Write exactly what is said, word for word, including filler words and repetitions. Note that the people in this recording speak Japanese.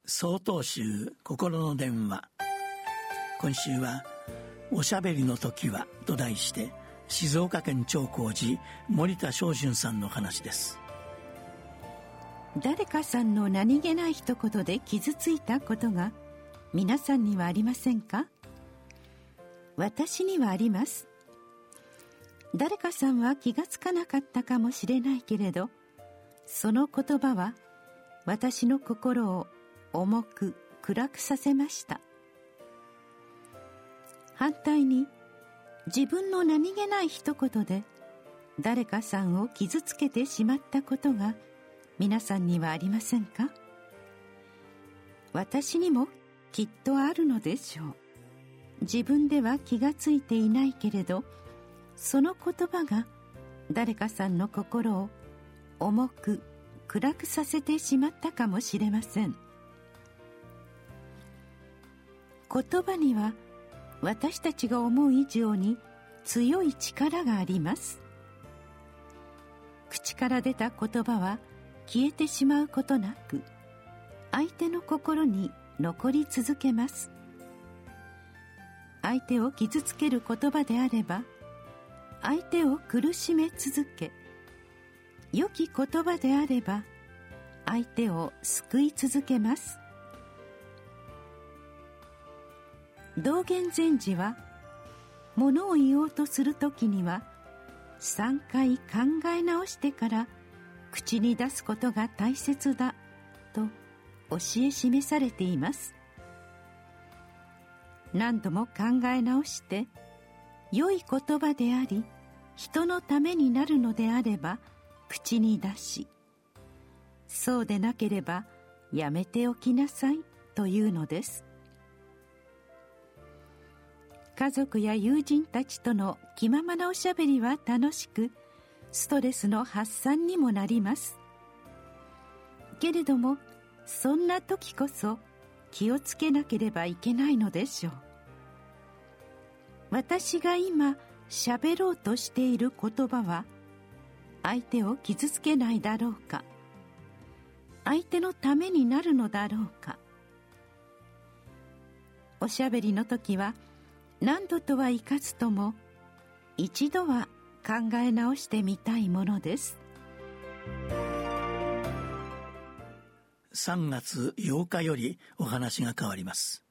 曹洞宗心の電話。今週はおしゃべりの時はと題して静岡県長光寺森田正俊さんの話です。 誰かさんの何気ない一言で傷ついたことが皆さんにはありませんか？私にはあります。誰かさんは気がつかなかったかもしれないけれど、その言葉は私の心を重く暗くさせました。反対に自分の何気ない一言で誰かさんを傷つけてしまったことが皆さんにはありませんか？私にもきっとあるのでしょう。自分では気がついていないけれど、その言葉が誰かさんの心を重く暗くさせてしまったかもしれません。言葉には私たちが思う以上に強い力があります。口から出た言葉は消えてしまうことなく、相手の心に残り続けます。相手を傷つける言葉であれば、相手を苦しめ続け、良き言葉であれば相手を救い続けます。道元禅師は、物を言おうとするときにはさんかい考え直してから口に出すことが大切だと教え示されています。何度も考え直して良い言葉であり人のためになるのであれば口に出し、そうでなければやめておきなさいというのです。家族や友人たちとの気ままなおしゃべりは楽しく、ストレスの発散にもなります。けれども、そんな時こそ気をつけなければいけないのでしょう。私が今しゃべろうとしている言葉は、相手を傷つけないだろうか、相手のためになるのだろうか。おしゃべりの時は何度とはいかずとも一度は考え直してみたいものです。 さんがつようかよりお話が変わります。